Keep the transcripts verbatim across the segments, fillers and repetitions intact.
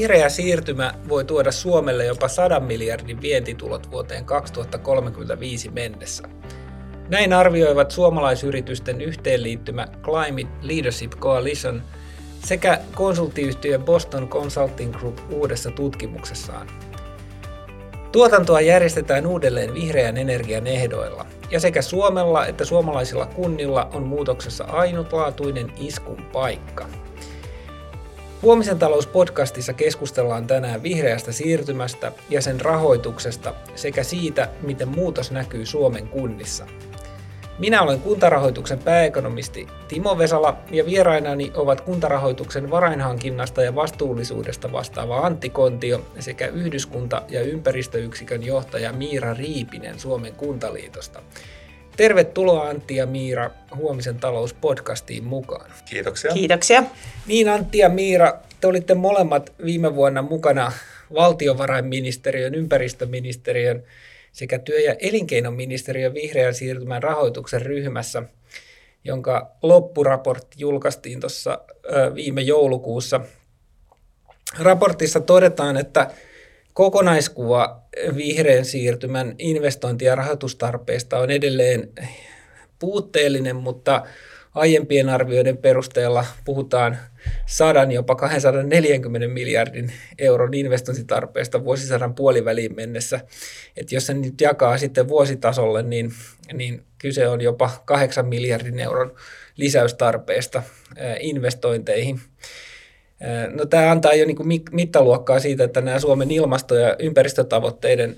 Vihreä siirtymä voi tuoda Suomelle jopa sadan miljardin vientitulot vuoteen kaksituhattakolmekymmentäviisi mennessä. Näin arvioivat suomalaisyritysten yhteenliittymä Climate Leadership Coalition sekä konsulttiyhtiö Boston Consulting Group uudessa tutkimuksessaan. Tuotantoa järjestetään uudelleen vihreän energian ehdoilla, ja sekä Suomella että suomalaisilla kunnilla on muutoksessa ainutlaatuinen iskun paikka. Huomisen talous-podcastissa keskustellaan tänään vihreästä siirtymästä ja sen rahoituksesta sekä siitä, miten muutos näkyy Suomen kunnissa. Minä olen Kuntarahoituksen pääekonomisti Timo Vesala ja vierainani ovat Kuntarahoituksen varainhankinnasta ja vastuullisuudesta vastaava Antti Kontio sekä Yhdyskunta- ja ympäristöyksikön johtaja Miira Riipinen Suomen Kuntaliitosta. Tervetuloa Antti ja Miira Huomisen talous-podcastiin mukaan. Kiitoksia. Kiitoksia. Niin Antti ja Miira, te olitte molemmat viime vuonna mukana valtiovarainministeriön, ympäristöministeriön sekä työ- ja elinkeinoministeriön vihreän siirtymän rahoituksen ryhmässä, jonka loppuraportti julkaistiin tuossa viime joulukuussa. Raportissa todetaan, että kokonaiskuva vihreän siirtymän investointi- ja rahoitustarpeesta on edelleen puutteellinen, mutta aiempien arvioiden perusteella puhutaan sadan jopa kaksisataaneljäkymmentä miljardin euron investointitarpeesta vuosisadan puoliväliin mennessä. Et jos se nyt jakaa sitten vuositasolle, niin, niin kyse on jopa kahdeksan miljardin euron lisäystarpeesta investointeihin. No, tämä antaa jo niin kuin mittaluokkaa siitä, että nämä Suomen ilmasto- ja ympäristötavoitteiden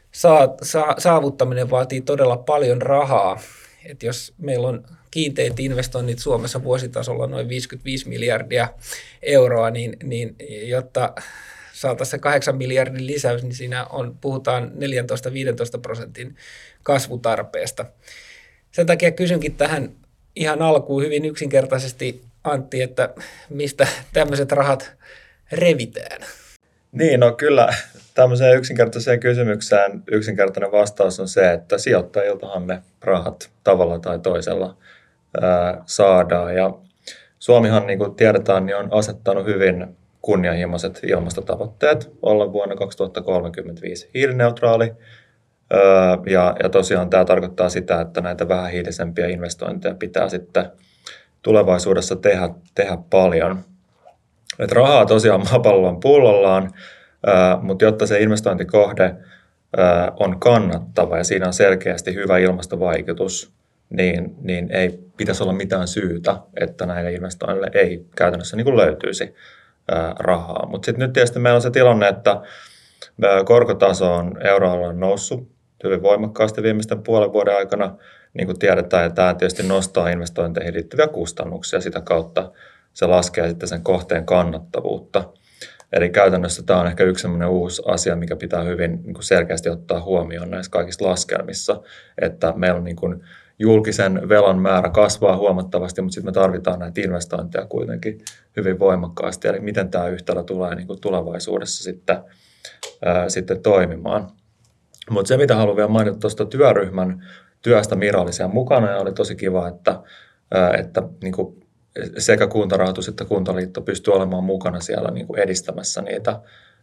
saavuttaminen vaatii todella paljon rahaa. Et jos meillä on kiinteät investoinnit Suomessa vuositasolla noin viisikymmentäviisi miljardia euroa, niin, niin jotta saataisiin se kahdeksan miljardin lisäys, niin siinä on, puhutaan neljätoista viisitoista prosentin kasvutarpeesta. Sen takia kysynkin tähän ihan alkuun hyvin yksinkertaisesti, Antti, että mistä tämmöiset rahat revitään? Niin, no kyllä tämmöiseen yksinkertaiseen kysymykseen yksinkertainen vastaus on se, että sijoittajiltahan ne rahat tavalla tai toisella ää, saadaan. Ja Suomihan, niin kuin tiedetään, niin on asettanut hyvin kunnianhimoiset ilmastotavoitteet olla vuonna kaksituhattakolmekymmentäviisi hiilineutraali. Ää, ja, ja tosiaan tämä tarkoittaa sitä, että näitä vähähiilisempiä investointeja pitää sitten tulevaisuudessa tehdä, tehdä paljon. Et rahaa tosiaan maapallolla on pullollaan, ää, mutta jotta se investointikohde ää, on kannattava ja siinä on selkeästi hyvä ilmastovaikutus, niin, niin ei pitäisi olla mitään syytä, että näille investoinnille ei käytännössä niin kuin löytyisi ää, rahaa. Mutta sitten nyt tietysti meillä on se tilanne, että ää, korkotaso on euroalueella noussut hyvin voimakkaasti viimeisten puolen vuoden aikana. Niin kuin tiedetään, ja tämä tietysti nostaa investointeihin liittyviä kustannuksia, sitä kautta se laskee sitten sen kohteen kannattavuutta. Eli käytännössä tämä on ehkä yksi sellainen uusi asia, mikä pitää hyvin niin kuin selkeästi ottaa huomioon näissä kaikissa laskelmissa, että meillä on niin kuin julkisen velan määrä kasvaa huomattavasti, mutta sitten me tarvitaan näitä investointeja kuitenkin hyvin voimakkaasti, eli miten tämä yhtälö tulee niin kuin tulevaisuudessa sitten, ää, sitten toimimaan. Mutta se, mitä haluan vielä mainita tuosta työryhmän työstä, Miira oli siellä mukana ja oli tosi kiva, että, että niin kuin sekä Kuntarahoitus että Kuntaliitto pystyy olemaan mukana siellä niin kuin edistämässä niitä,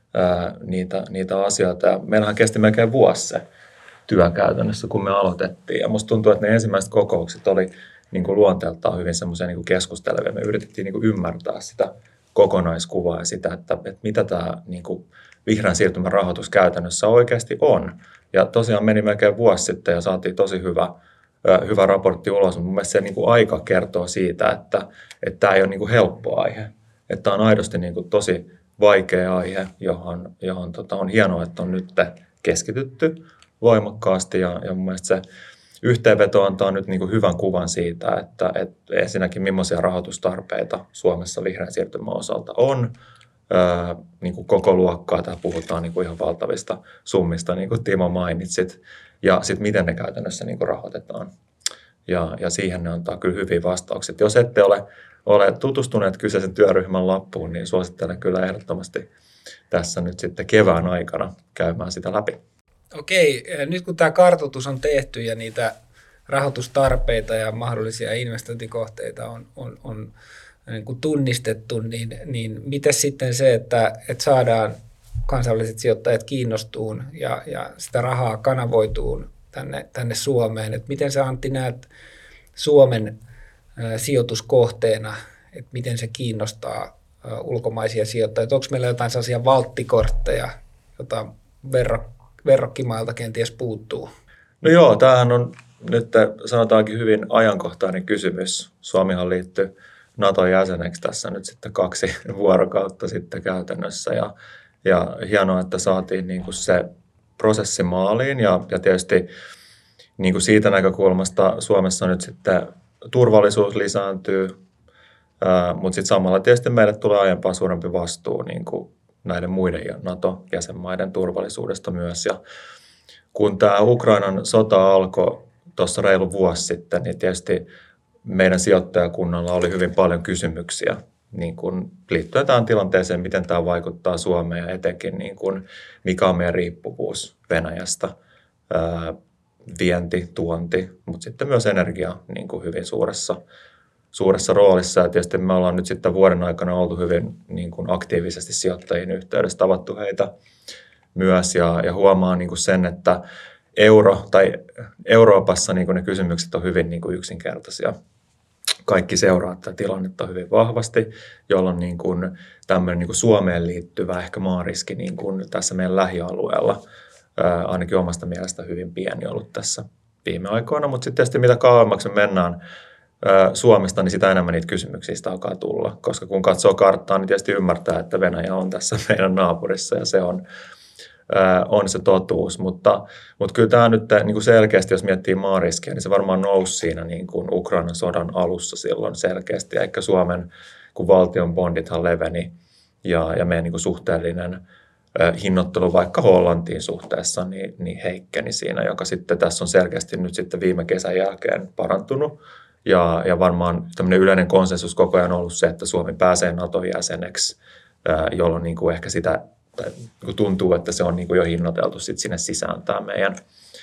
niitä, niitä asioita. Ja meillähän kesti melkein vuosi se työ käytännössä, kun me aloitettiin. Ja musta tuntuu, että ne ensimmäiset kokoukset oli niin kuin luonteeltaan hyvin semmoisia niin kuin keskustelevia. Me yritettiin niin kuin ymmärtää sitä kokonaiskuvaa ja sitä, että, että mitä tämä niin kuin vihreän siirtymän rahoitus käytännössä oikeasti on. Ja tosiaan meni melkein vuosi sitten ja saatiin tosi hyvä, hyvä raportti ulos. Mun mielestä se niin kuin aika kertoo siitä, että, että tämä ei ole niin kuin helppo aihe. Että tämä on aidosti niin kuin tosi vaikea aihe, johon, johon tota, on hienoa, että on nyt keskitytty voimakkaasti. Ja, ja mun mielestä se yhteenveto antaa nyt niin kuin hyvän kuvan siitä, että, että ensinnäkin millaisia rahoitustarpeita Suomessa vihreän siirtymän osalta on. Öö, niin kuin koko luokkaa, täällä puhutaan niin kuin ihan valtavista summista, niin kuin Timo mainitsit, ja sitten miten ne käytännössä niin kuin rahoitetaan. Ja, ja siihen ne antaa kyllä hyviä vastauksia. Jos ette ole, ole tutustuneet kyseisen työryhmän lappuun, niin suosittelen kyllä ehdottomasti tässä nyt sitten kevään aikana käymään sitä läpi. Okei, nyt kun tämä kartoitus on tehty ja niitä rahoitustarpeita ja mahdollisia investointikohteita on, on, on niin kuin tunnistettu, niin, niin miten sitten se, että, että saadaan kansainväliset sijoittajat kiinnostuun ja, ja sitä rahaa kanavoituun tänne, tänne Suomeen, että miten sä Antti näet Suomen ä, sijoituskohteena, että miten se kiinnostaa ä, ulkomaisia sijoittajia, onko meillä jotain sellaisia valttikortteja, jota verro, verrokkimailta kenties puuttuu? No joo, tämähän on nyt sanotaankin hyvin ajankohtainen kysymys. Suomihan liittyy Naton jäseneksi tässä nyt sitten kaksi vuorokautta sitten käytännössä ja, ja hienoa, että saatiin niin kuin se prosessi maaliin ja, ja tietysti niin kuin siitä näkökulmasta Suomessa nyt sitten turvallisuus lisääntyy, ää, mutta sitten samalla tietysti meille tulee aiempaa suurempi vastuu niin kuin näiden muiden NATO-jäsenmaiden turvallisuudesta myös ja kun tämä Ukrainan sota alkoi tuossa reilu vuosi sitten, niin tietysti meidän sijoittajakunnalla oli hyvin paljon kysymyksiä niin kuin liittyen tähän tilanteeseen, miten tämä vaikuttaa Suomeen ja etenkin niin kuin, mikä on meidän riippuvuus Venäjästä, ää, vienti, tuonti, mutta sitten myös energia niin kuin hyvin suuressa, suuressa roolissa. Ja tietysti me ollaan nyt sitten vuoden aikana oltu hyvin niin kuin aktiivisesti sijoittajien yhteydessä, tavattu heitä myös ja, ja huomaa niin kuin sen, että euro tai Euroopassa niin kuin ne kysymykset on hyvin niin kuin yksinkertaisia. Kaikki seuraa tätä tilannetta hyvin vahvasti, jolloin niin kuin tämmöinen niin kuin Suomeen liittyvä ehkä maariski niin kuin tässä meidän lähialueella ää, ainakin omasta mielestä hyvin pieni ollut tässä viime aikoina, mutta sitten tietysti mitä kauemmaksi me mennään ää, Suomesta, niin sitä enemmän niitä kysymyksiä alkaa tulla, koska kun katsoo karttaa, niin tietysti ymmärtää, että Venäjä on tässä meidän naapurissa ja se on on se totuus, mutta, mutta kyllä tämä nyt niin kuin selkeästi, jos miettii maariskiä, niin se varmaan nousi siinä niin kuin Ukrainan sodan alussa silloin selkeästi, eikä Suomen, kun valtion bondithan leveni ja, ja meidän niin kuin suhteellinen äh, hinnoittelu vaikka Hollantiin suhteessa, niin, niin heikkeni siinä, joka sitten tässä on selkeästi nyt sitten viime kesän jälkeen parantunut. Ja, ja varmaan tämmöinen yleinen konsensus koko ajan on ollut se, että Suomi pääsee Naton jäseneksi, äh, jolloin niin kuin ehkä sitä tai tuntuu, että se on niin kuin jo hinnoiteltu sit sinne sisään tämä meidän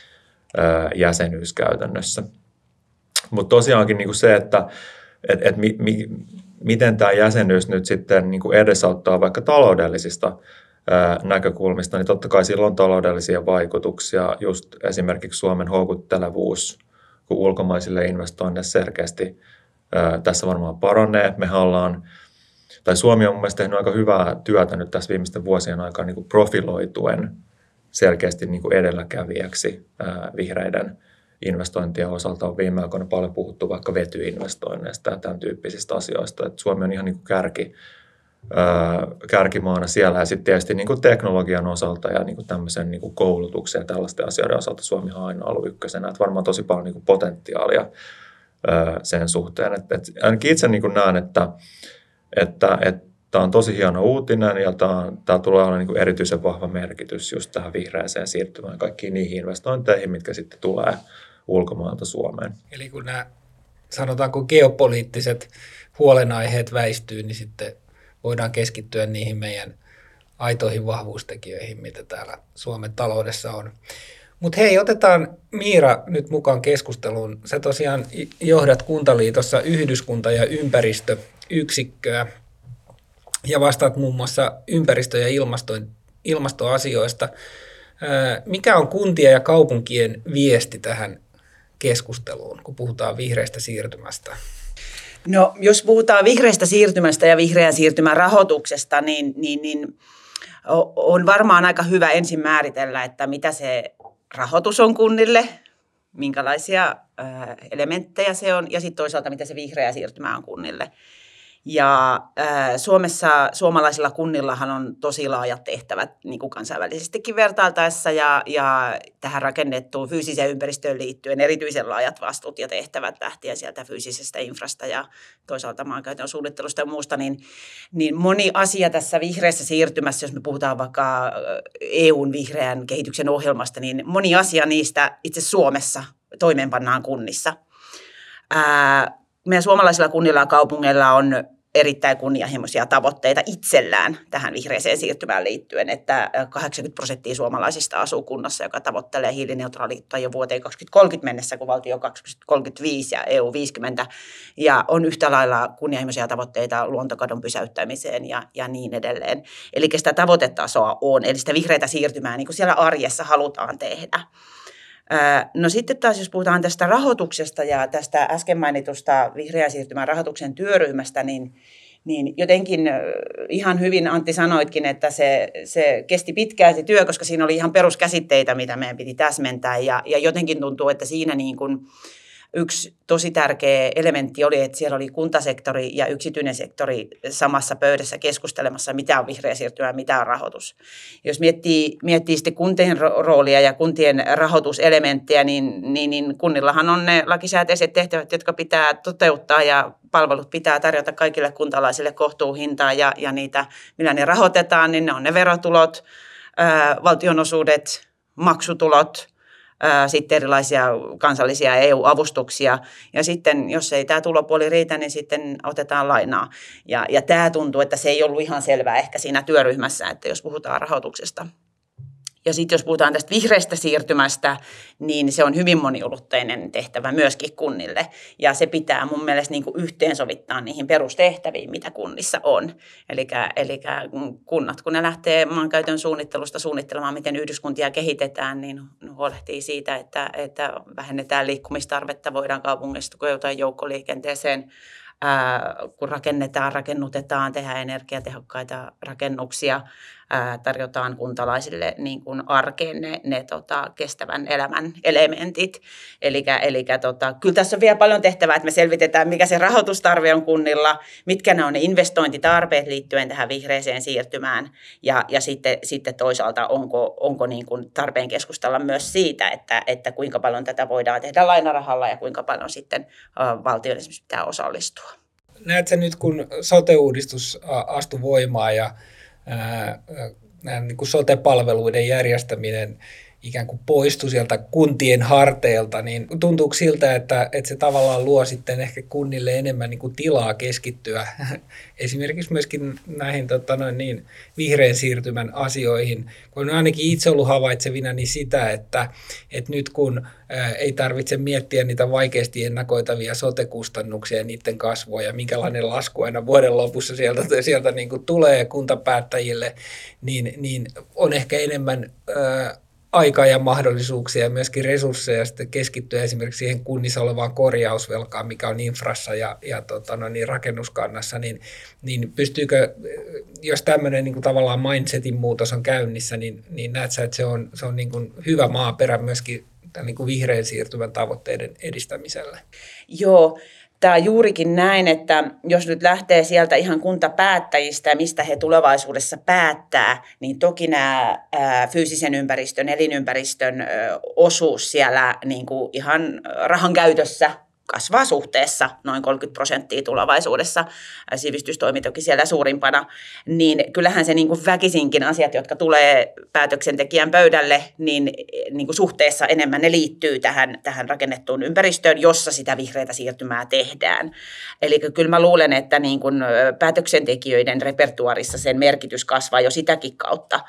ää, jäsenyys käytännössä. Mutta tosiaankin niin kuin se, että et, et mi, mi, miten tämä jäsenyys nyt sitten niin kuin edesauttaa vaikka taloudellisista ää, näkökulmista, niin totta kai sillä on taloudellisia vaikutuksia. Just esimerkiksi Suomen houkuttelevuus, kun ulkomaisille investoinneille selkeästi ää, tässä varmaan paranee. Me ollaan Tai Suomi on mun mielestä tehnyt aika hyvää työtä nyt tässä viimeisten vuosien aikana niin kuin profiloituen selkeästi niin kuin edelläkävijäksi ää, vihreiden investointien osalta. On viime aikoina paljon puhuttu vaikka vetyinvestoinneista ja tämän tyyppisistä asioista. Et Suomi on ihan niin kuin kärki, ää, kärkimaana siellä ja sitten tietysti niin kuin teknologian osalta ja niin kuin tämmöisen niin kuin koulutuksen ja tällaisten asioiden osalta Suomi on aina ollut ykkösenä. Et varmaan tosi paljon niin kuin potentiaalia ää, sen suhteen. Et, et ainakin itse niin kuin näen, että Että, että tämä on tosi hieno uutinen ja tämä, tämä tulee olla niin kuin erityisen vahva merkitys just tähän vihreäseen siirtymään kaikkiin niihin investointeihin, mitkä sitten tulee ulkomailta Suomeen. Eli kun nämä sanotaanko geopoliittiset huolenaiheet väistyy, niin sitten voidaan keskittyä niihin meidän aitoihin vahvuustekijöihin, mitä täällä Suomen taloudessa on. Mutta hei, otetaan Miira nyt mukaan keskusteluun. Sä tosiaan johdat Kuntaliitossa yhdyskunta- ja ympäristöyksikköä ja vastaat muun muassa ympäristö- ja ilmasto, ilmastoasioista. Mikä on kuntien ja kaupunkien viesti tähän keskusteluun, kun puhutaan vihreästä siirtymästä? No, jos puhutaan vihreästä siirtymästä ja vihreän siirtymän rahoituksesta, niin, niin, niin on varmaan aika hyvä ensin määritellä, että mitä se rahoitus on kunnille, minkälaisia elementtejä se on ja sitten toisaalta mitä se vihreä siirtymä on kunnille. Ja ää, Suomessa suomalaisilla kunnillahan on tosi laajat tehtävät niin kuin kansainvälisestikin vertailtaessa ja, ja tähän rakennettuun fyysiseen ympäristöön liittyen erityisen laajat vastuut ja tehtävät lähtien sieltä fyysisestä infrasta ja toisaalta maankäytön suunnittelusta ja muusta, niin, niin moni asia tässä vihreässä siirtymässä, jos me puhutaan vaikka E U:n vihreän kehityksen ohjelmasta, niin moni asia niistä itse Suomessa toimeenpannaan kunnissa. Ää, Meidän suomalaisilla kunnilla ja kaupungeilla on erittäin kunnianhimoisia tavoitteita itsellään tähän vihreäseen siirtymään liittyen, että kahdeksankymmentä prosenttia suomalaisista asuu kunnassa, joka tavoittelee hiilineutraaliutta jo vuoteen kaksituhattakolmekymmentä mennessä, kun valtio on kaksituhattakolmekymmentäviisi ja E U viisikymmentä, ja on yhtä lailla kunnianhimoisia tavoitteita luontokadon pysäyttämiseen ja, ja niin edelleen. Eli sitä tavoitetasoa on, eli sitä vihreätä siirtymää niin kuin siellä arjessa halutaan tehdä. No sitten taas, jos puhutaan tästä rahoituksesta ja tästä äsken mainitusta vihreän siirtymän rahoituksen työryhmästä, niin, niin jotenkin ihan hyvin Antti sanoitkin, että se, se kesti pitkään se työ, koska siinä oli ihan peruskäsitteitä, mitä meidän piti täsmentää ja, ja jotenkin tuntuu, että siinä niin kuin yksi tosi tärkeä elementti oli, että siellä oli kuntasektori ja yksityinen sektori samassa pöydässä keskustelemassa, mitä on vihreä siirtymä, mitä on rahoitus. Jos miettii, miettii sitten kuntien roolia ja kuntien rahoituselementtejä, niin, niin, niin kunnillahan on ne lakisääteiset tehtävät, jotka pitää toteuttaa ja palvelut pitää tarjota kaikille kuntalaisille kohtuuhintaan ja, ja niitä, millä ne rahoitetaan, niin ne on ne verotulot, ää, valtionosuudet, maksutulot, sitten erilaisia kansallisia E U-avustuksia ja sitten jos ei tämä tulopuoli riitä, niin sitten otetaan lainaa. Ja, ja tämä tuntuu, että se ei ollut ihan selvää ehkä siinä työryhmässä, että jos puhutaan rahoituksesta. Ja sitten jos puhutaan tästä vihreästä siirtymästä, niin se on hyvin moniulotteinen tehtävä myöskin kunnille. Ja se pitää mun mielestä niin kuin yhteensovittaa niihin perustehtäviin, mitä kunnissa on. Eli kunnat, kun ne lähtee maankäytön suunnittelusta suunnittelemaan, miten yhdyskuntia kehitetään, niin huolehtii siitä, että, että vähennetään liikkumistarvetta, voidaan kaupungista tukeutua joukkoliikenteeseen. Ää, kun rakennetaan, rakennutetaan, tehdään energiatehokkaita rakennuksia, ää, tarjotaan kuntalaisille niin kuin arkeen ne, ne tota, kestävän elämän elementit. Elikkä, elikkä, tota, kyllä tässä on vielä paljon tehtävää, että me selvitetään, mikä se rahoitustarve on kunnilla, mitkä ne on ne investointitarpeet liittyen tähän vihreäseen siirtymään ja, ja sitten, sitten toisaalta onko, onko niin kuin tarpeen keskustella myös siitä, että, että kuinka paljon tätä voidaan tehdä lainarahalla ja kuinka paljon sitten ä, valtion esimerkiksi pitää osallistua. Näetkö nyt, kun sote-uudistus astui voimaan ja ää, ää, niin kuin sote-palveluiden järjestäminen ikään kuin poistui sieltä kuntien harteilta, niin tuntuuko siltä, että, että se tavallaan luo sitten ehkä kunnille enemmän niin kuin tilaa keskittyä esimerkiksi myöskin näihin tota noin, niin, vihreän siirtymän asioihin, kun on ainakin itse ollut havaitsevina niin sitä, että, että nyt kun ää, ei tarvitse miettiä niitä vaikeasti ennakoitavia sote-kustannuksia ja niiden kasvua ja minkälainen lasku aina vuoden lopussa sieltä, sieltä niin kuin tulee kuntapäättäjille, niin, niin on ehkä enemmän ää, aikaa ja mahdollisuuksia ja myöskin resursseja sitten keskittyä esimerkiksi siihen kunnissa olevaan korjausvelkaan, mikä on infrassa ja, ja tota, no niin, rakennuskannassa, niin, niin pystyykö, jos tämmöinen niin kuin tavallaan mindsetin muutos on käynnissä, niin, niin näet sä, että se on, se on niin kuin hyvä maaperä myöskin tämän niin kuin vihreän siirtymän tavoitteiden edistämiselle? Joo. Tämä on juurikin näin, että jos nyt lähtee sieltä ihan kuntapäättäjistä, mistä he tulevaisuudessa päättää, niin toki nämä fyysisen ympäristön, elinympäristön osuus siellä niin kuin ihan rahan käytössä kasvaa suhteessa noin kolmekymmentä prosenttia tulevaisuudessa, sivistystoimi toki siellä suurimpana, niin kyllähän se niin kuin väkisinkin asiat, jotka tulee päätöksentekijän pöydälle, niin, niin kuin suhteessa enemmän ne liittyy tähän, tähän rakennettuun ympäristöön, jossa sitä vihreätä siirtymää tehdään. Eli kyllä mä luulen, että niin kuin päätöksentekijöiden repertuarissa sen merkitys kasvaa jo sitäkin kautta.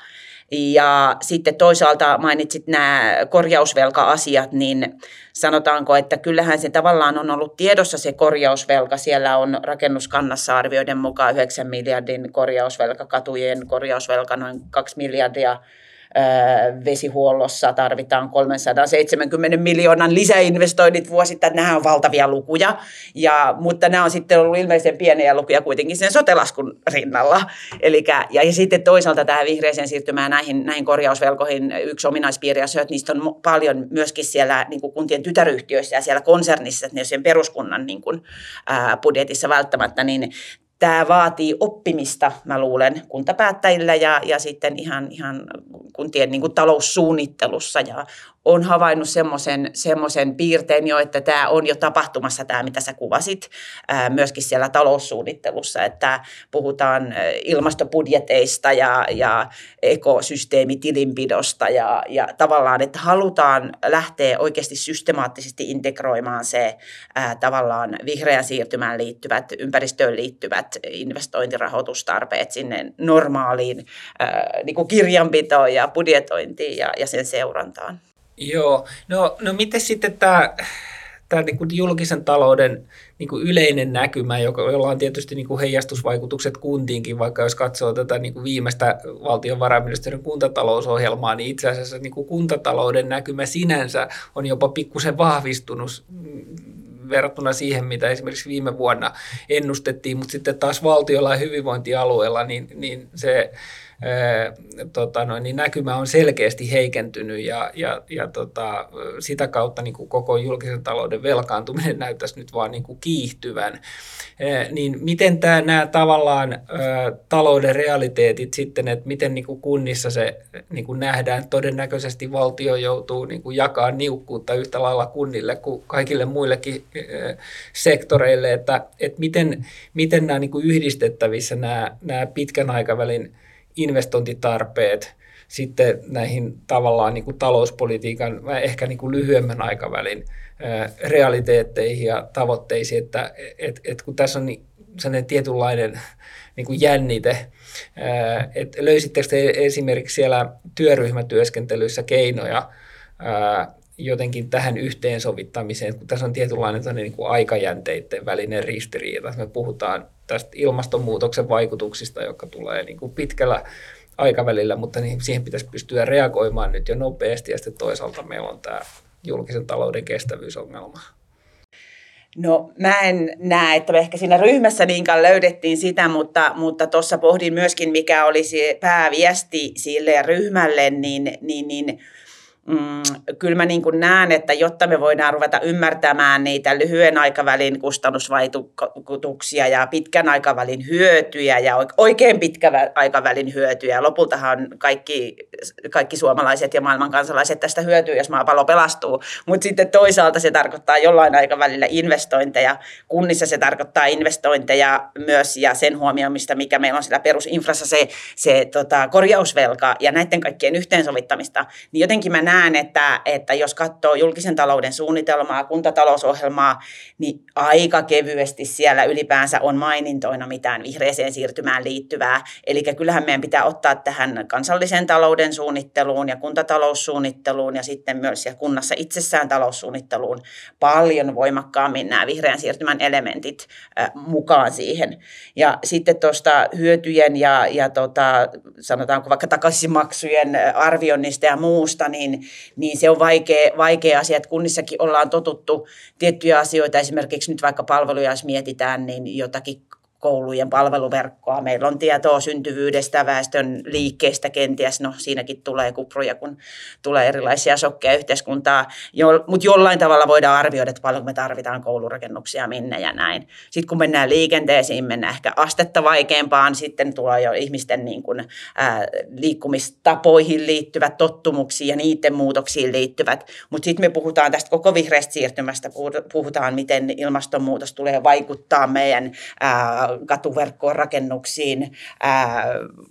Ja sitten toisaalta mainitsit nämä korjausvelka-asiat, niin sanotaanko, että kyllähän se tavallaan on ollut tiedossa se korjausvelka. Siellä on rakennuskannassa arvioiden mukaan yhdeksän miljardin korjausvelka, katujen korjausvelka noin kaksi miljardia. Vesihuollossa tarvitaan kolmesataaseitsemänkymmentä miljoonan lisäinvestoinnit vuosittain. Nämä on valtavia lukuja, ja, mutta nämä on sitten ollut ilmeisen pieniä lukuja kuitenkin sen sote-laskun rinnalla. Elikkä, ja, ja sitten toisaalta tähän vihreäseen siirtymään näihin, näihin korjausvelkoihin yksi ominaispiirre on se, että niistä on paljon myöskin siellä niin kuin kuntien tytäryhtiöissä ja siellä konsernissa, että ne on sen peruskunnan niin kuin, ää, budjetissa välttämättä, niin tämä vaatii oppimista, mä luulen, kuntapäättäjillä ja, ja sitten ihan, ihan kuntien niin kuin taloussuunnittelussa ja on havainnut semmoisen, semmoisen piirteen jo, että tämä on jo tapahtumassa tämä, mitä sä kuvasit, ää, myöskin siellä taloussuunnittelussa, että puhutaan ilmastobudjeteista ja, ja ekosysteemitilinpidosta ja, ja tavallaan, että halutaan lähteä oikeasti systemaattisesti integroimaan se ää, tavallaan vihreän siirtymään liittyvät, ympäristöön liittyvät investointirahoitustarpeet sinne normaaliin ää, niin kuin kirjanpitoon ja budjetointiin ja, ja sen seurantaan. Joo, no, no miten sitten tämä, tämä niin kuin julkisen talouden niin kuin yleinen näkymä, jolla on tietysti niin kuin heijastusvaikutukset kuntiinkin, vaikka jos katsoo tätä niin kuin viimeistä valtiovarainministeriön kuntatalousohjelmaa, niin itse asiassa niin kuin kuntatalouden näkymä sinänsä on jopa pikkusen vahvistunut verrattuna siihen, mitä esimerkiksi viime vuonna ennustettiin, mutta sitten taas valtiolla ja hyvinvointialueella, niin, niin se Ää, tota noin, niin näkymä on selkeästi heikentynyt ja, ja, ja tota, sitä kautta niin kuin koko julkisen talouden velkaantuminen näyttäisi nyt vaan niin kuin kiihtyvän. Ää, niin miten tämä, nämä tavallaan ää, talouden realiteetit sitten, että miten niin kuin kunnissa se niin kuin nähdään, todennäköisesti valtio joutuu niin kuin jakaa niukkuutta yhtä lailla kunnille kuin kaikille muillekin ää, sektoreille, että, että miten, miten nämä niin kuin yhdistettävissä nämä, nämä pitkän aikavälin investointitarpeet sitten näihin tavallaan niin kuin talouspolitiikan, ehkä niin kuin lyhyemmän aikavälin ää, realiteetteihin ja tavoitteisiin, että et, et kun tässä on niin, sellainen tietynlainen niin kuin jännite, ää, että löysittekö te esimerkiksi siellä työryhmätyöskentelyissä keinoja ää, jotenkin tähän yhteensovittamiseen, kun tässä on tietynlainen niin kuin aikajänteiden välinen ristiriita. Me puhutaan tästä ilmastonmuutoksen vaikutuksista, jotka tulee niin kuin pitkällä aikavälillä, mutta niin siihen pitäisi pystyä reagoimaan nyt jo nopeasti, ja sitten toisaalta meillä on tämä julkisen talouden kestävyysongelma. No mä en näe, että me ehkä siinä ryhmässä niinkään löydettiin sitä, mutta mutta tuossa pohdin myöskin, mikä oli se pääviesti sille ryhmälle, niin, niin, niin Mm, kyllä mä niin kuin näen, että jotta me voidaan ruveta ymmärtämään niitä lyhyen aikavälin kustannusvaikutuksia ja pitkän aikavälin hyötyjä ja oikein pitkän aikavälin hyötyjä. Lopultahan kaikki, kaikki suomalaiset ja maailman kansalaiset tästä hyötyy, jos maapallo pelastuu. Mutta sitten toisaalta se tarkoittaa jollain aikavälillä investointeja. Kunnissa se tarkoittaa investointeja myös ja sen huomioimista, mikä meillä on siellä perusinfrassa se, se tota, korjausvelka ja näiden kaikkien yhteensovittamista. Niin jotenkin mä näen, että, että jos katsoo julkisen talouden suunnitelmaa, kuntatalousohjelmaa, niin aika kevyesti siellä ylipäänsä on mainintoina mitään vihreäseen siirtymään liittyvää. Eli kyllähän meidän pitää ottaa tähän kansallisen talouden suunnitteluun ja kuntataloussuunnitteluun ja sitten myös ja kunnassa itsessään taloussuunnitteluun paljon voimakkaammin nämä vihreän siirtymän elementit äh, mukaan siihen. Ja sitten tuosta hyötyjen ja, ja tota, sanotaanko vaikka takaisinmaksujen arvioinnista ja muusta, niin niin se on vaikea, vaikea asia, että kunnissakin ollaan totuttu tiettyjä asioita, esimerkiksi nyt vaikka palveluja, jos mietitään, niin jotakin koulujen palveluverkkoa. Meillä on tietoa syntyvyydestä, väestön liikkeestä kenties, no siinäkin tulee kupruja, kun tulee erilaisia shokkeja yhteiskuntaa, jo, mutta jollain tavalla voidaan arvioida, että paljonko me tarvitaan koulurakennuksia minne ja näin. Sitten kun mennään liikenteeseen, mennään ehkä astetta vaikeampaan, sitten tulee jo ihmisten niin kuin, ää, liikkumistapoihin liittyvät tottumuksiin ja niiden muutoksiin liittyvät, mutta sitten me puhutaan tästä koko vihreästä siirtymästä, puhutaan miten ilmastonmuutos tulee vaikuttaa meidän ää, katuverkkoon, rakennuksiin, ää,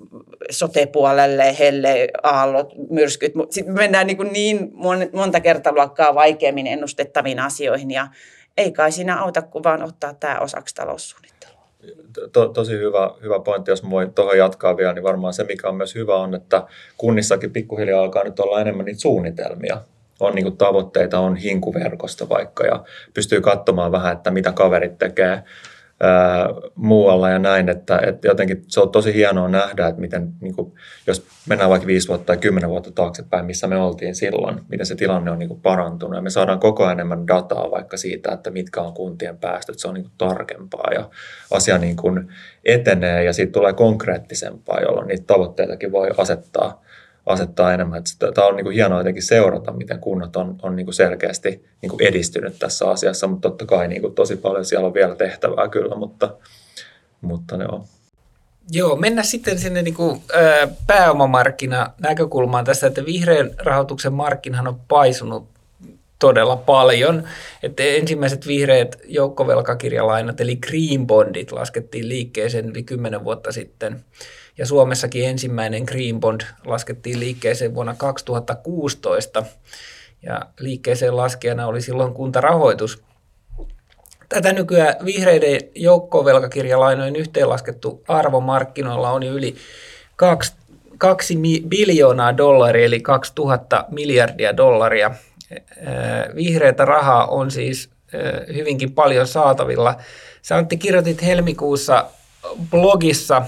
sote-puolelle, helle, aallot, myrskyt. Sitten me mennään niin, niin monta kertaluokkaa vaikeammin ennustettaviin asioihin ja ei kai siinä auta, kun vaan ottaa tämä osaksi taloussuunnittelua. To, tosi hyvä, hyvä pointti, jos voin tuohon jatkaa vielä, niin varmaan se, mikä on myös hyvä, on, että kunnissakin pikkuhiljaa alkaa nyt olla enemmän niitä suunnitelmia. On niin kuin tavoitteita, on hinkuverkosto vaikka ja pystyy katsomaan vähän, että mitä kaverit tekee ää, muualla ja näin, että, että jotenkin se on tosi hienoa nähdä, että miten, niin kuin, jos mennään vaikka viisi vuotta tai kymmenen vuotta taaksepäin, missä me oltiin silloin, miten se tilanne on niin kuin parantunut ja me saadaan koko ajan enemmän dataa vaikka siitä, että mitkä on kuntien päästöt, se on niin kuin tarkempaa ja asia niin kuin etenee ja siitä tulee konkreettisempaa, jolloin niitä tavoitteitakin voi asettaa asettaa enemmän. Tämä on niin kuin hienoa jotenkin seurata, miten kunnat on, on niin kuin selkeästi niin kuin edistynyt tässä asiassa, mutta totta kai niin kuin tosi paljon siellä on vielä tehtävää kyllä, mutta, mutta ne on. Joo, mennään sitten sinne niin kuin, ää, pääomamarkkina-näkökulmaan tässä, että vihreän rahoituksen markkinahan on paisunut todella paljon. Että ensimmäiset vihreät joukkovelkakirjalainat eli green bondit laskettiin liikkeeseen yli kymmenen vuotta sitten. Ja Suomessakin ensimmäinen green bond laskettiin liikkeeseen vuonna kaksituhattakuusitoista. Ja liikkeeseen laskijana oli silloin Kuntarahoitus. Tätä nykyään vihreiden joukkovelkakirjalainojen yhteenlaskettu arvo markkinoilla on jo yli kaksi, kaksi biljoonaa dollaria, eli kaksituhatta miljardia dollaria. Vihreätä rahaa on siis hyvinkin paljon saatavilla. Sä, Antti, kirjoitit helmikuussa blogissa,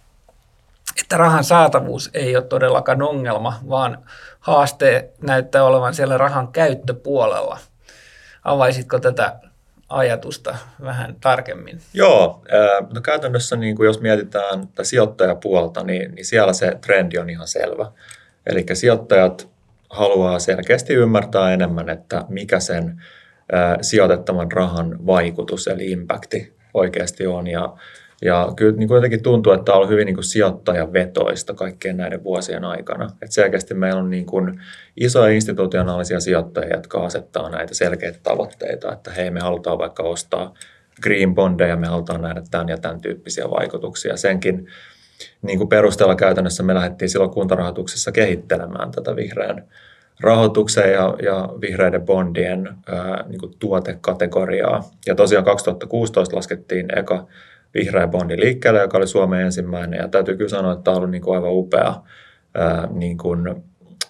että rahan saatavuus ei ole todellakaan ongelma, vaan haaste näyttää olevan siellä rahan käyttöpuolella. Avaisitko tätä ajatusta vähän tarkemmin? Joo, no käytännössä niin kuin jos mietitään tätä sijoittajapuolta, niin, niin siellä se trendi on ihan selvä. Eli sijoittajat haluaa selkeästi ymmärtää enemmän, että mikä sen ää, sijoitettavan rahan vaikutus eli impacti oikeasti on. Ja, ja kyllä niin kuin jotenkin tuntuu, että tämä on hyvin niin kuin sijoittajavetoista kaikkien näiden vuosien aikana. Et selkeästi meillä on niin kuin isoja institutionaalisia sijoittajia, jotka asettaa näitä selkeitä tavoitteita, että hei, me halutaan vaikka ostaa green bondeja, me halutaan nähdä tämän ja tämän tyyppisiä vaikutuksia. Senkin niin kuin perusteella käytännössä me lähdettiin silloin Kuntarahoituksessa kehittelemään tätä vihreän rahoituksen ja, ja vihreiden bondien ää, niin kuin tuotekategoriaa. Ja tosiaan kaksituhattakuusitoista laskettiin eka vihreä bondi liikkeelle, joka oli Suomen ensimmäinen. Ja täytyy kyllä sanoa, että tämä on ollut niin kuin aivan upea ää, niin kuin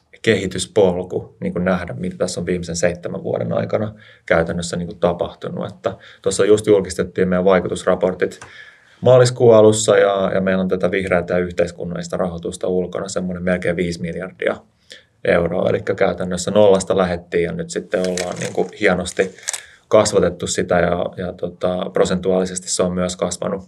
kehityspolku niin kuin nähdä, mitä tässä on viimeisen seitsemän vuoden aikana käytännössä niin kuin tapahtunut. Että tuossa just julkistettiin meidän vaikutusraportit maaliskuun alussa ja, ja meillä on tätä vihreätä ja yhteiskunnallista rahoitusta ulkona semmoinen melkein viisi miljardia euroa. Eli käytännössä nollasta lähdettiin ja nyt sitten ollaan niin kuin hienosti kasvatettu sitä ja, ja tota, prosentuaalisesti se on myös kasvanut,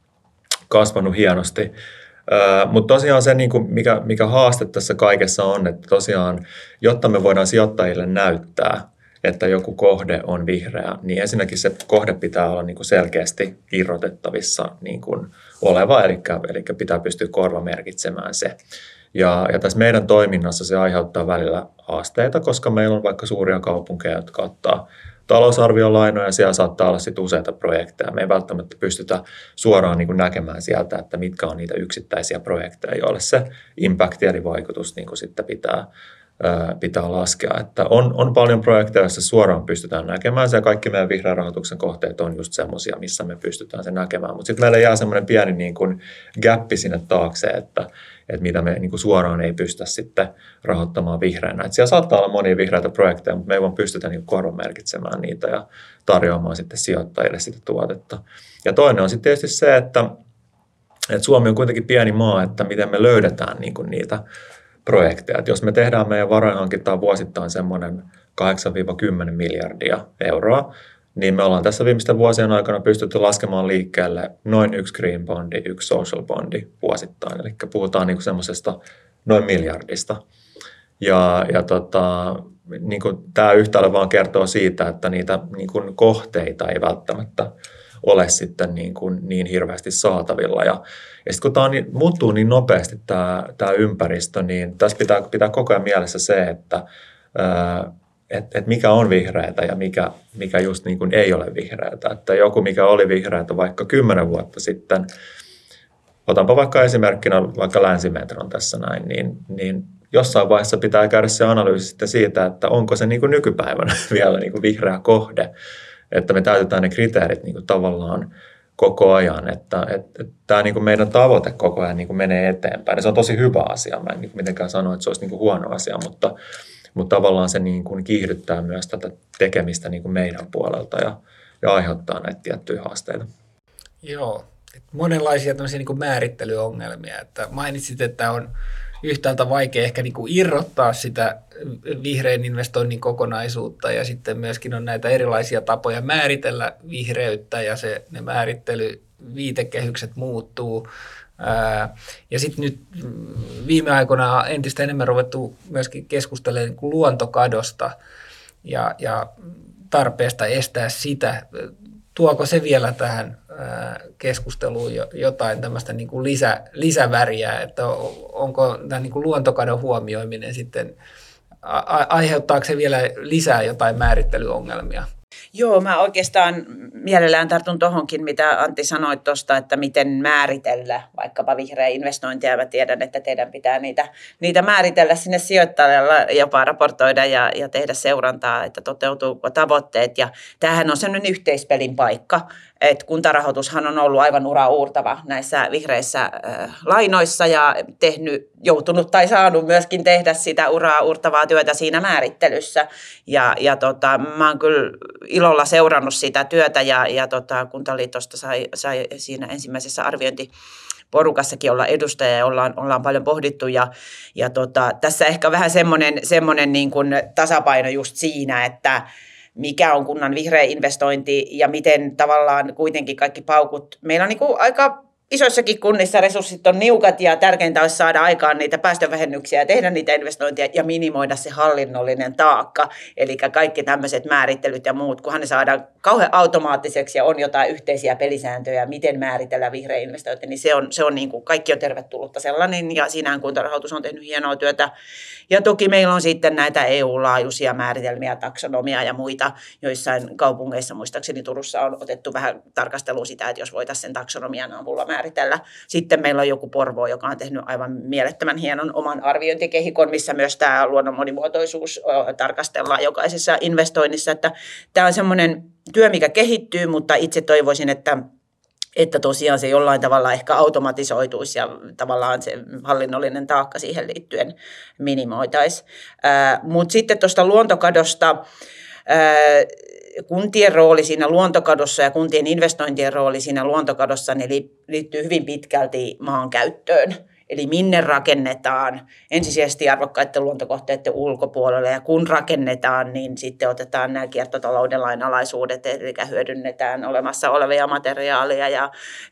kasvanut hienosti. Äh, mutta tosiaan se, niin kuin mikä, mikä haaste tässä kaikessa on, että tosiaan, jotta me voidaan sijoittajille näyttää, että joku kohde on vihreä, niin ensinnäkin se kohde pitää olla niin kuin selkeästi irrotettavissa niin kuin oleva, eli, eli pitää pystyä korvamerkitsemään se. Ja, ja tässä meidän toiminnassa se aiheuttaa välillä haasteita, koska meillä on vaikka suuria kaupunkeja, jotka ottaa talousarviolainoja, ja siellä saattaa olla sit useita projekteja. Me ei välttämättä pystytä suoraan niin kuin näkemään sieltä, että mitkä on niitä yksittäisiä projekteja, joille se impacti eli vaikutus niin kuin sitten pitää, ää, pitää laskea. Että on, on paljon projekteja, joissa suoraan pystytään näkemään se, ja kaikki meidän vihreän rahoituksen kohteet on just semmoisia, missä me pystytään se näkemään. Mutta sitten meillä jää semmoinen pieni niin kuin gappi sinne taakse, että että mitä me niin kuin suoraan ei pystytä sitten rahoittamaan vihreänä. Että siellä saattaa olla monia vihreitä projekteja, mutta me ei vaan pystytä niin korvamerkitsemään niitä ja tarjoamaan sitten sijoittajille sitä tuotetta. Ja toinen on sitten tietysti se, että, että Suomi on kuitenkin pieni maa, että miten me löydetään niin kuin niitä projekteja. Että jos me tehdään meidän varainhankintaan vuosittain semmoinen kahdeksan kymmenen miljardia euroa, niin me ollaan tässä viimeisten vuosien aikana pystytty laskemaan liikkeelle noin yksi green bondi, yksi social bondi vuosittain. Eli puhutaan niin kuin semmoisesta noin miljardista. Ja, ja tota, niin kuin tämä yhtälö vaan kertoo siitä, että niitä niin kuin kohteita ei välttämättä ole sitten niin, kuin niin hirveästi saatavilla. Ja, ja sitten kun tämä niin, muuttuu niin nopeasti tämä, tämä ympäristö, niin tässä pitää, pitää koko ajan mielessä se, että ää, Että et mikä on vihreätä ja mikä, mikä just niin kuin ei ole vihreätä. Että joku, mikä oli vihreätä vaikka kymmenen vuotta sitten, otanpa vaikka esimerkkinä vaikka Länsimetron tässä näin, niin, niin jossain vaiheessa pitää käydä se analyysi sitten siitä, että onko se niin kuin nykypäivänä vielä niin kuin vihreä kohde, että me täytetään ne kriteerit niin kuin tavallaan koko ajan, että, että, että tämä niin kuin meidän tavoite koko ajan niin kuin menee eteenpäin. Ja se on tosi hyvä asia, mä en niin kuin mitenkään sano, että se olisi niin kuin huono asia, mutta Mutta tavallaan se niin kuin kiihdyttää myös tätä tekemistä niin kuin meidän puolelta ja, ja aiheuttaa näitä tiettyjä haasteita. Joo, monenlaisia tämmöisiä niin kuin määrittelyongelmia. Että mainitsit, että on yhtäältä vaikea ehkä niin kuin irrottaa sitä vihreän investoinnin kokonaisuutta ja sitten myöskin on näitä erilaisia tapoja määritellä vihreyttä ja se, ne määrittelyviitekehykset muuttuu. Ää, ja sitten nyt viime aikoina entistä enemmän ruvettu myöskin keskustelemaan niin kuin luontokadosta ja, ja tarpeesta estää sitä. Tuoko se vielä tähän keskusteluun jotain tämmöistä niin kuin lisä, lisäväriä, että onko tämä niin kuin luontokadon huomioiminen sitten, aiheuttaako se vielä lisää jotain määrittelyongelmia? Joo, mä oikeastaan mielellään tartun tuohonkin, mitä Antti sanoi tuosta, että miten määritellä vaikkapa vihreä investointia. Mä tiedän, että teidän pitää niitä, niitä määritellä sinne sijoittajalle, jopa raportoida ja, ja tehdä seurantaa, että toteutuuko tavoitteet. Ja tämähän on sellainen yhteispelin paikka, että kuntarahoitushan on ollut aivan ura-uurtava näissä vihreissä äh, lainoissa ja tehnyt, joutunut tai saanut myöskin tehdä sitä ura-uurtavaa työtä siinä määrittelyssä. Ja, ja tota, mä oon kyllä ilolla seurannut sitä työtä ja, ja tota, Kuntaliitosta sai, sai siinä ensimmäisessä arviointiporukassakin olla edustaja ja ollaan, ollaan paljon pohdittu. Ja, ja tota, tässä ehkä vähän semmoinen, semmoinen niin kuin tasapaino just siinä, että mikä on kunnan vihreä investointi ja miten tavallaan kuitenkin kaikki paukut. Meillä on niin kuin aika isoissakin kunnissa resurssit on niukat ja tärkeintä olisi saada aikaan niitä päästövähennyksiä ja tehdä niitä investointeja ja minimoida se hallinnollinen taakka. Eli kaikki tämmöiset määrittelyt ja muut, kunhan ne saadaan kauhean automaattiseksi ja on jotain yhteisiä pelisääntöjä, miten määritellä vihreä investointi, niin se on, se on niin kuin kaikki on tervetullutta sellainen ja siinähän Kuntarahoitus on tehnyt hienoa työtä. Ja toki meillä on sitten näitä E U-laajuisia määritelmiä, taksonomia ja muita, joissain kaupungeissa, muistaakseni Turussa on otettu vähän tarkasteluun sitä, että jos voitaisiin sen taksonomian avulla määritellä. Sitten meillä on joku Porvoo, joka on tehnyt aivan mielettömän hienon oman arviointikehikon, missä myös tämä luonnon monimuotoisuus tarkastellaan jokaisessa investoinnissa. Että tämä on semmoinen työ, mikä kehittyy, mutta itse toivoisin, että että tosiaan se jollain tavalla ehkä automatisoituisi ja tavallaan se hallinnollinen taakka siihen liittyen minimoitaisi. Mutta sitten tuosta luontokadosta, ää, kuntien rooli siinä luontokadossa ja kuntien investointien rooli siinä luontokadossa ne liittyy hyvin pitkälti maankäyttöön. Eli minne rakennetaan ensisijaisesti arvokkaiden luontokohteiden ulkopuolelle ja kun rakennetaan, niin sitten otetaan nämä kiertotalouden lainalaisuudet, eli hyödynnetään olemassa olevia materiaaleja ja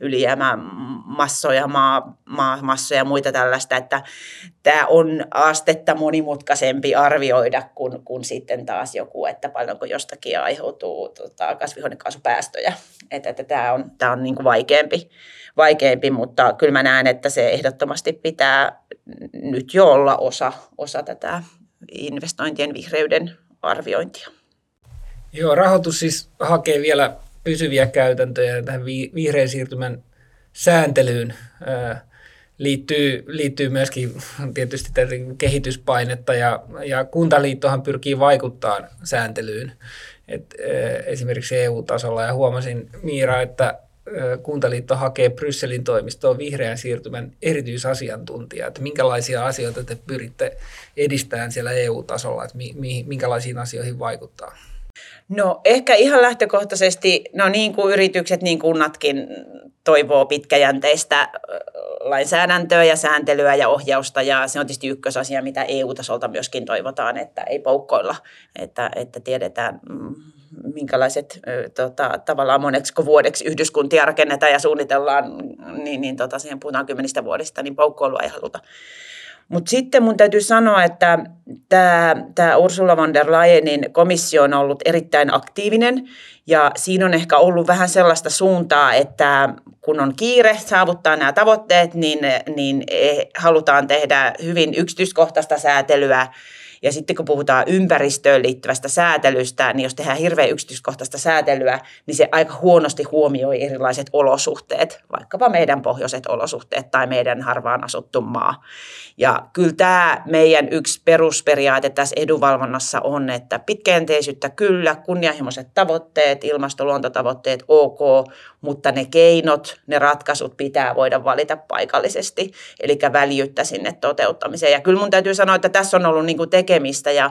ylijäämämassoja, maa, maamassoja ja muita tällaista, että tämä on astetta monimutkaisempi arvioida kuin, kuin sitten taas joku, että paljonko jostakin aiheutuu tota, kasvihuonekaasupäästöjä, että, että tämä on, tämä on niin kuin vaikeampi. vaikeampi, mutta kyllä mä näen, että se ehdottomasti pitää nyt jo olla osa, osa tätä investointien vihreyden arviointia. Joo, rahoitus siis hakee vielä pysyviä käytäntöjä tähän vihreän siirtymän sääntelyyn. Liittyy, liittyy myöskin tietysti kehityspainetta ja, ja Kuntaliittohan pyrkii vaikuttamaan sääntelyyn. Et, esimerkiksi E U-tasolla ja huomasin Miira, että Kuntaliitto hakee Brysselin toimistoon vihreän siirtymän erityisasiantuntijaa, että minkälaisia asioita te pyritte edistämään siellä E U-tasolla, että mi- mi- minkälaisiin asioihin vaikuttaa? No ehkä ihan lähtökohtaisesti, no niin kuin yritykset, niin kunnatkin toivoo pitkäjänteistä lainsäädäntöä ja sääntelyä ja ohjausta ja se on tietysti ykkösasia, mitä E U-tasolta myöskin toivotaan, että ei poukkoilla, että, että tiedetään minkälaiset tota, tavallaan moneksi vuodeksi yhdyskuntia rakennetaan ja suunnitellaan, niin, niin tota, siihen puhutaan kymmenistä vuodesta, niin poukkoilua ei haluta. Mutta sitten mun täytyy sanoa, että tämä Ursula von der Leyenin komissio on ollut erittäin aktiivinen ja siinä on ehkä ollut vähän sellaista suuntaa, että kun on kiire saavuttaa nämä tavoitteet, niin, niin halutaan tehdä hyvin yksityiskohtaista säätelyä. Ja sitten kun puhutaan ympäristöön liittyvästä säätelystä, niin jos tehdään hirveän yksityiskohtaista säätelyä, niin se aika huonosti huomioi erilaiset olosuhteet, vaikkapa meidän pohjoiset olosuhteet tai meidän harvaan asuttu maa. Ja kyllä tämä meidän yksi perusperiaate tässä edunvalvonnassa on, että pitkäjänteisyyttä kyllä, kunnianhimoiset tavoitteet, ilmasto-luontotavoitteet ok, mutta ne keinot, ne ratkaisut pitää voida valita paikallisesti, eli väljyyttä sinne toteuttamiseen. Ja kyllä mun täytyy sanoa, että tässä on ollut niin kuin tekemistä ja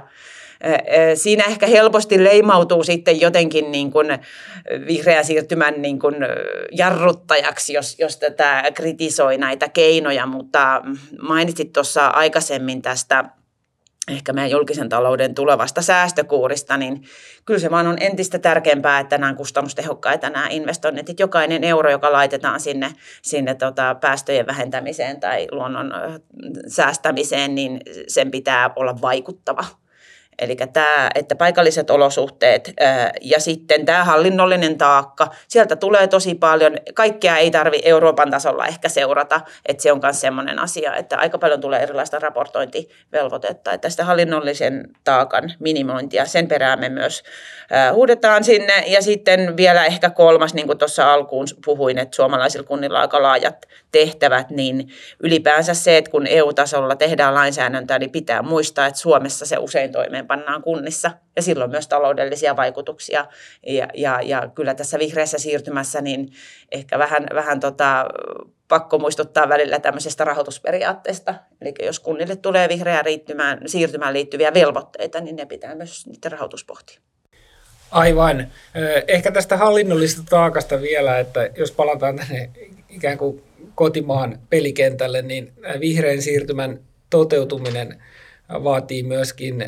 siinä ehkä helposti leimautuu sitten jotenkin niin kuin vihreän siirtymän niin kuin jarruttajaksi, jos, jos tätä kritisoi näitä keinoja, mutta mainitsit tuossa aikaisemmin tästä ehkä meidän julkisen talouden tulevasta säästökuurista, niin kyllä se vaan on entistä tärkeämpää, että nämä on kustannustehokkaita nämä investoinnit. Että jokainen euro, joka laitetaan sinne, sinne tota päästöjen vähentämiseen tai luonnon säästämiseen, niin sen pitää olla vaikuttava. Eli tämä, että paikalliset olosuhteet ää, ja sitten tämä hallinnollinen taakka, sieltä tulee tosi paljon. Kaikkea ei tarvitse Euroopan tasolla ehkä seurata, että se on myös sellainen asia, että aika paljon tulee erilaista raportointivelvoitetta. Että tästä hallinnollisen taakan minimointia, sen perään me myös ää, huudetaan sinne. Ja sitten vielä ehkä kolmas, niin kuin tuossa alkuun puhuin, että suomalaisilla kunnilla on aika laajat tehtävät, niin ylipäänsä se, että kun E U-tasolla tehdään lainsäädäntöä, niin pitää muistaa, että Suomessa se usein toimeenpannaan kunnissa ja silloin myös taloudellisia vaikutuksia. Ja, ja, ja kyllä tässä vihreässä siirtymässä niin ehkä vähän, vähän tota, pakko muistuttaa välillä tämmöisestä rahoitusperiaatteesta. Eli jos kunnille tulee vihreään siirtymään liittyviä velvoitteita, niin ne pitää myös niiden rahoitus pohtia. Aivan. Ehkä tästä hallinnollisesta taakasta vielä, että jos palataan tänne ikään kuin kotimaan pelikentälle, niin vihreän siirtymän toteutuminen vaatii myöskin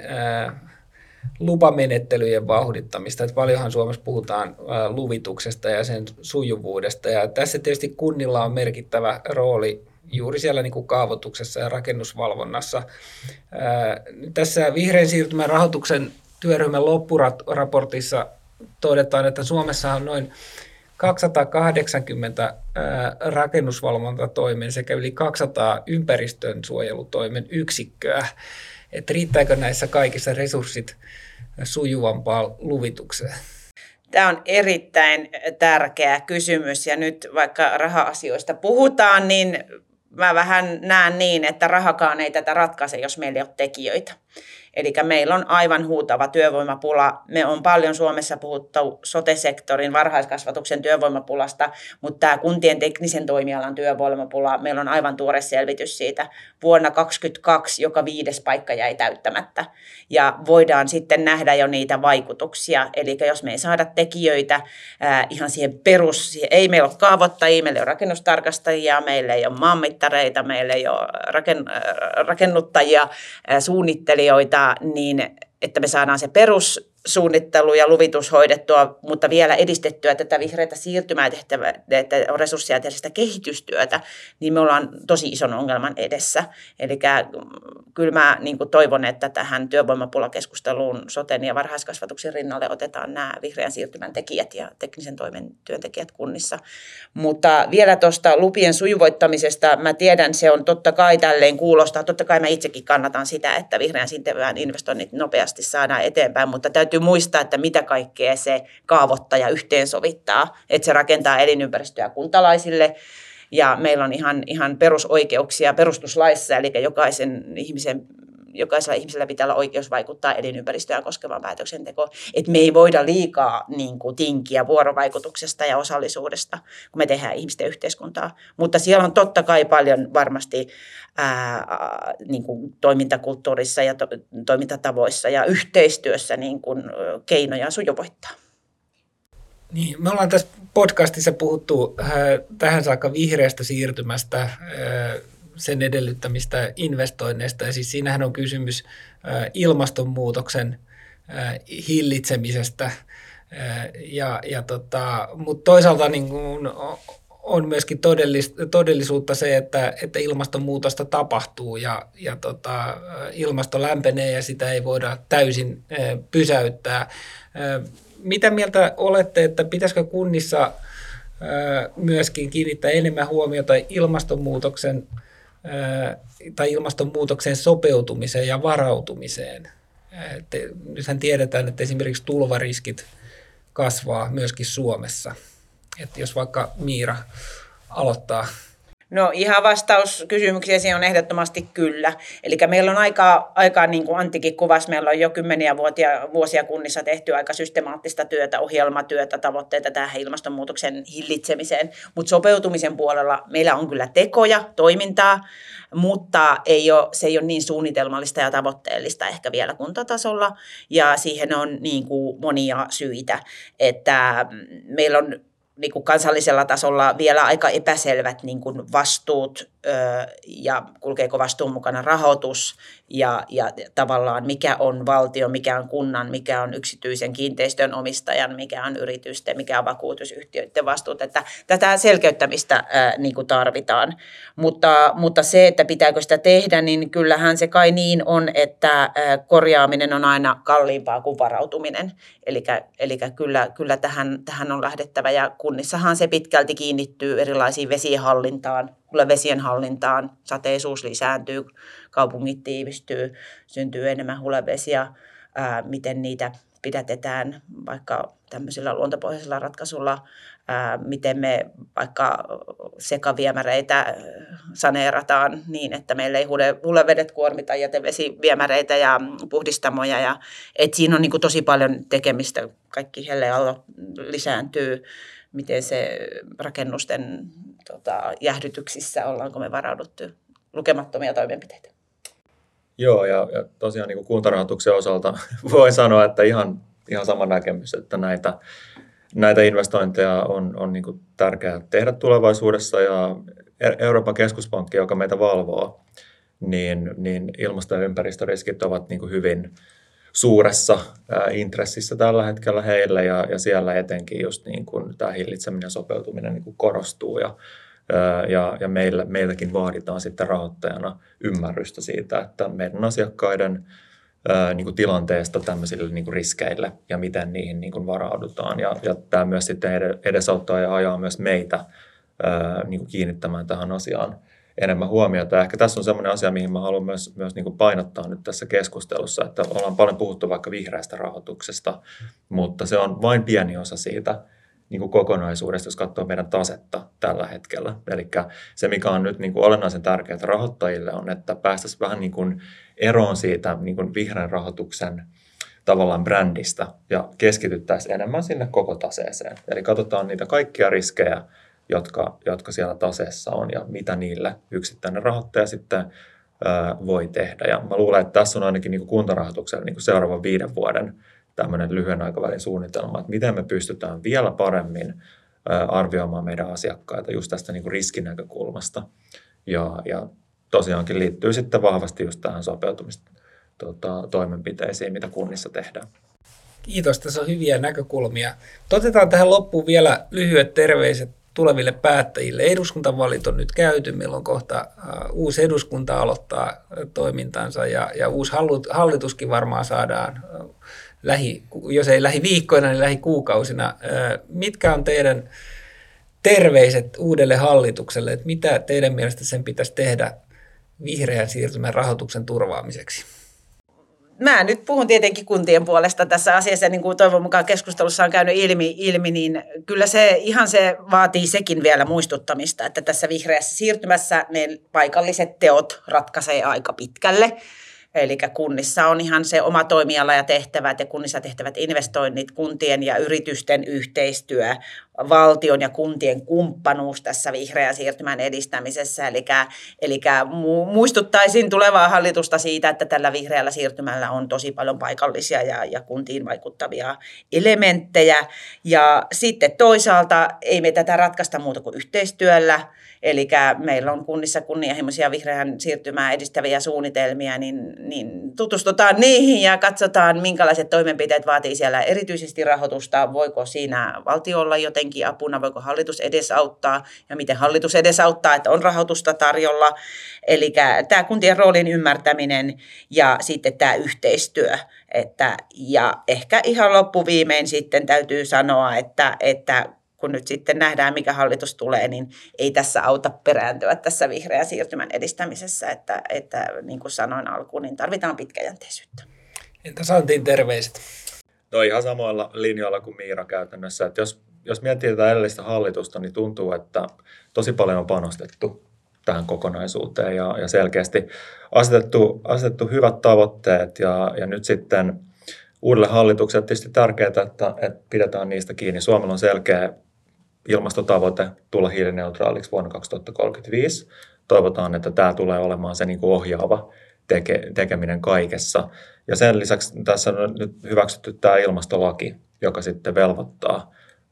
lupamenettelyjen vauhdittamista. Että paljonhan Suomessa puhutaan luvituksesta ja sen sujuvuudesta. Ja tässä tietysti kunnilla on merkittävä rooli juuri siellä niin kuin kaavoituksessa ja rakennusvalvonnassa. Tässä vihreän siirtymän rahoituksen työryhmän loppuraportissa todetaan, että Suomessa on noin kaksisataakahdeksankymmentä rakennusvalvontatoimen sekä yli kaksisataa ympäristönsuojelutoimen yksikköä. Että riittääkö näissä kaikissa resurssit sujuvampaan luvitukseen? Tämä on erittäin tärkeä kysymys ja nyt vaikka raha-asioista puhutaan, niin mä vähän näen niin, että rahakaan ei tätä ratkaise, jos meillä ei ole tekijöitä. Eli meillä on aivan huutava työvoimapula. Me on paljon Suomessa puhuttu sote-sektorin varhaiskasvatuksen työvoimapulasta, mutta tämä kuntien teknisen toimialan työvoimapula, meillä on aivan tuore selvitys siitä. Vuonna kaksituhattakaksikymmentäkaksi joka viides paikka jäi täyttämättä ja voidaan sitten nähdä jo niitä vaikutuksia. Eli jos me ei saada tekijöitä ää, ihan siihen perus, ei meillä ole kaavoittajia, meillä ei ole rakennustarkastajia, meillä ei ole maanmittareita, meillä ei ole raken, rakennuttajia, ää, suunnittelijoita, niin että me saadaan se perussuunnittelu ja luvitus hoidettua, mutta vielä edistettyä tätä vihreätä siirtymää tehtävää, että resursseja tehdä sitä kehitystyötä, niin me ollaan tosi ison ongelman edessä. Eli kyllä mä niin kuin toivon, että tähän työvoimapulakeskusteluun soten ja varhaiskasvatuksen rinnalle otetaan nämä vihreän siirtymän tekijät ja teknisen toimen työntekijät kunnissa. Mutta vielä tuosta lupien sujuvoittamisesta, mä tiedän, se on totta kai tälleen kuulostaa, totta kai mä itsekin kannatan sitä, että vihreän siirtymän investoinnit nopeasti saadaan eteenpäin, mutta täytyy muistaa, että mitä kaikkea se kaavoittaja yhteensovittaa, että se rakentaa elinympäristöä kuntalaisille ja meillä on ihan, ihan perusoikeuksia perustuslaissa, eli jokaisen ihmisen, jokaisella ihmisellä pitää olla oikeus vaikuttaa elinympäristöään koskevaan päätöksentekoon, että me ei voida liikaa niin kuin, tinkiä vuorovaikutuksesta ja osallisuudesta, kun me tehdään ihmisten yhteiskuntaa, mutta siellä on totta kai paljon varmasti ää, niin kuin, toimintakulttuurissa ja to, toimintatavoissa ja yhteistyössä niin kuin, keinoja sujuvoittaa. Niin, me ollaan tässä podcastissa puhuttu äh, tähän saakka vihreästä siirtymästä, äh, sen edellyttämistä investoinneista. Ja siis siinähän on kysymys äh, ilmastonmuutoksen äh, hillitsemisestä. Äh, ja, ja tota, mutta toisaalta niin kun on myöskin todellis, todellisuutta se, että, että ilmastonmuutosta tapahtuu ja, ja tota, ilmasto lämpenee ja sitä ei voida täysin äh, pysäyttää. Äh, Mitä mieltä olette, että pitäisikö kunnissa myöskin kiinnittää enemmän huomiota ilmastonmuutoksen tai ilmastonmuutoksen sopeutumiseen ja varautumiseen? Nythän tiedetään, että esimerkiksi tulvariskit kasvaa myöskin Suomessa. Että jos vaikka Miira aloittaa. No ihan vastaus kysymyksiesi on ehdottomasti kyllä. Eli meillä on aika, aika niin kuin Anttikin kuvasi, meillä on jo kymmeniä vuotia, vuosia kunnissa tehty aika systemaattista työtä, ohjelmatyötä, tavoitteita tähän ilmastonmuutoksen hillitsemiseen. Mutta sopeutumisen puolella meillä on kyllä tekoja, toimintaa, mutta ei ole, se ei ole niin suunnitelmallista ja tavoitteellista ehkä vielä kuntatasolla. Ja siihen on niin kuin monia syitä, että meillä on niin kuin kansallisella tasolla vielä aika epäselvät niin kuin vastuut ö, ja kulkeeko vastuun mukana rahoitus ja, ja tavallaan mikä on valtio, mikä on kunnan, mikä on yksityisen kiinteistön omistajan, mikä on yritysten, mikä on vakuutusyhtiöiden vastuut. Että tätä selkeyttämistä ö, niin kuin tarvitaan, mutta, mutta se, että pitääkö sitä tehdä, niin kyllähän se kai niin on, että ö, korjaaminen on aina kalliimpaa kuin varautuminen. Eli kyllä, kyllä tähän, tähän on lähdettävä ja kunnissahan se pitkälti kiinnittyy erilaisiin vesienhallintaan, hulevesien hallintaan, sateisuus lisääntyy, kaupungit tiivistyy, syntyy enemmän hulevesiä, ää, miten niitä pidätetään vaikka tämmöisellä luontopohjaisella ratkaisulla, ää, miten me vaikka sekaviemäreitä saneerataan niin, että meillä ei hulevedet kuormita jätevesiviemäreitä ja puhdistamoja. Ja, et siinä on niin kuin tosi paljon tekemistä, kaikki helleallo lisääntyy, miten se rakennusten tota, jäähdytyksissä, ollaanko me varauduttu, lukemattomia toimenpiteitä. Joo, ja, ja tosiaan niin kuin kuntarahoituksen osalta voin sanoa, että ihan, ihan sama näkemys, että näitä, näitä investointeja on, on niin kuin tärkeää tehdä tulevaisuudessa, ja Euroopan keskuspankki, joka meitä valvoo, niin, niin ilmasto- ja ympäristöriskit ovat niin kuin hyvin suuressa ää, intressissä tällä hetkellä heille, ja, ja siellä etenkin just niin kuin tämä hillitseminen ja sopeutuminen niin kuin korostuu, ja Ja, ja meillä, meiltäkin vaaditaan sitten rahoittajana ymmärrystä siitä, että meidän asiakkaiden ää, niin kuin tilanteesta tämmöisille niin kuin riskeille ja miten niihin niin kuin varaudutaan. Ja, ja tämä myös sitten edesauttaa ja ajaa myös meitä ää, niin kuin kiinnittämään tähän asiaan enemmän huomiota. Ja ehkä tässä on semmoinen asia, mihin mä haluan myös, myös niin kuin painottaa nyt tässä keskustelussa, että ollaan paljon puhuttu vaikka vihreästä rahoituksesta, mutta se on vain pieni osa siitä niin kuin kokonaisuudesta, jos katsoo meidän tasetta tällä hetkellä. Eli se, mikä on nyt niin kuin olennaisen tärkeää rahoittajille, on, että päästäisiin vähän niin kuin eroon siitä niin kuin vihreän rahoituksen tavallaan brändistä ja keskityttäisiin enemmän sinne koko taseeseen. Eli katsotaan niitä kaikkia riskejä, jotka, jotka siellä taseessa on ja mitä niille yksittäinen rahoittaja sitten ää, voi tehdä. Ja mä luulen, että tässä on ainakin niin kuin kuntarahoituksella niin kuin seuraavan viiden vuoden tämmöinen lyhyen aikavälin suunnitelma, että miten me pystytään vielä paremmin arvioimaan meidän asiakkaita just tästä niin kuin riskin näkökulmasta. Ja, ja tosiaankin liittyy sitten vahvasti just tähän sopeutumistoimenpiteisiin, mitä kunnissa tehdään. Kiitos, tässä on hyviä näkökulmia. Otetaan tähän loppuun vielä lyhyet terveiset tuleville päättäjille. Eduskuntavalit on nyt käyty, meillä on kohta uusi eduskunta aloittaa toimintansa ja, ja uusi hallituskin varmaan saadaan lähi, jos ei lähiviikkoina, niin lähikuukausina. Mitkä on teidän terveiset uudelle hallitukselle, että mitä teidän mielestä sen pitäisi tehdä vihreän siirtymän rahoituksen turvaamiseksi? Mä nyt puhun tietenkin kuntien puolesta tässä asiassa, niin kuin toivon mukaan keskustelussa on käynyt ilmi, ilmi, niin kyllä se ihan se vaatii sekin vielä muistuttamista, että tässä vihreässä siirtymässä ne paikalliset teot ratkaisee aika pitkälle. Eli kunnissa on ihan se oma toimiala ja tehtävät ja kunnissa tehtävät investoinnit, kuntien ja yritysten yhteistyö, valtion ja kuntien kumppanuus tässä vihreän siirtymän edistämisessä. Eli, eli muistuttaisin tulevaa hallitusta siitä, että tällä vihreällä siirtymällä on tosi paljon paikallisia ja, ja kuntiin vaikuttavia elementtejä. Ja sitten toisaalta ei me tätä ratkaista muuta kuin yhteistyöllä. Eli meillä on kunnissa kunnianhimoisia vihreän siirtymää edistäviä suunnitelmia, niin, niin tutustutaan niihin ja katsotaan, minkälaiset toimenpiteet vaatii siellä erityisesti rahoitusta. Voiko siinä valtio olla jotenkin apuna, voiko hallitus edesauttaa ja miten hallitus edesauttaa, että on rahoitusta tarjolla. Eli tämä kuntien roolin ymmärtäminen ja sitten tämä yhteistyö. Että, ja ehkä ihan loppuviimein sitten täytyy sanoa, että, että kun nyt sitten nähdään, mikä hallitus tulee, niin ei tässä auta perääntyä tässä vihreän siirtymän edistämisessä, että, että niin kuin sanoin alkuun, niin tarvitaan pitkäjänteisyyttä. Entä Santin terveiset? No ihan samoilla linjoilla kuin Miira käytännössä, että jos, jos miettii tätä edellistä hallitusta, niin tuntuu, että tosi paljon on panostettu tähän kokonaisuuteen ja, ja selkeästi asetettu, asetettu hyvät tavoitteet ja, ja nyt sitten uudelle hallitukselle tietysti tärkeää, että, että pidetään niistä kiinni. Suomella on selkeä ilmastotavoite tulla hiilineutraaliksi vuonna kaksituhattakolmekymmentäviisi. Toivotaan, että tämä tulee olemaan se niin kuin ohjaava teke, tekeminen kaikessa. Ja sen lisäksi tässä on nyt hyväksytty tämä ilmastolaki, joka sitten velvoittaa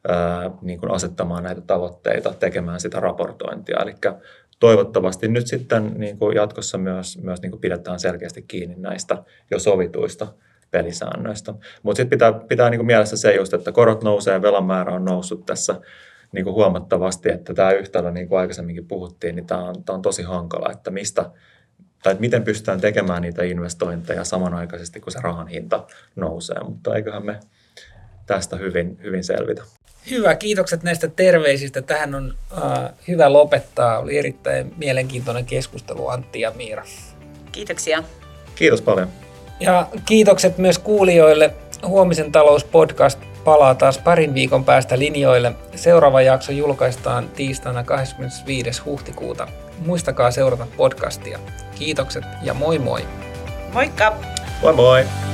ää, niin kuin asettamaan näitä tavoitteita, tekemään sitä raportointia. Eli toivottavasti nyt sitten niin kuin jatkossa myös, myös niin kuin pidetään selkeästi kiinni näistä jo sovituista pelisäännöistä. Mutta sitten pitää, pitää niin kuin mielessä se just, että korot nousee ja velan määrä on noussut tässä niin kuin huomattavasti, että tämä yhtälö, niin kuin aikaisemminkin puhuttiin, niin tämä on, tämä on tosi hankala, että mistä tai että miten pystytään tekemään niitä investointeja samanaikaisesti, kun se rahan hinta nousee. Mutta eiköhän me tästä hyvin, hyvin selvitä. Hyvä, kiitokset näistä terveisistä. Tähän on äh, hyvä lopettaa. Oli erittäin mielenkiintoinen keskustelu, Antti ja Miira. Kiitoksia. Kiitos paljon. Ja kiitokset myös kuulijoille. Huomisen talouspodcast palaa taas parin viikon päästä linjoille. Seuraava jakso julkaistaan tiistaina kahdeskymmenesviides huhtikuuta. Muistakaa seurata podcastia. Kiitokset ja moi moi! Moikka! Moi moi!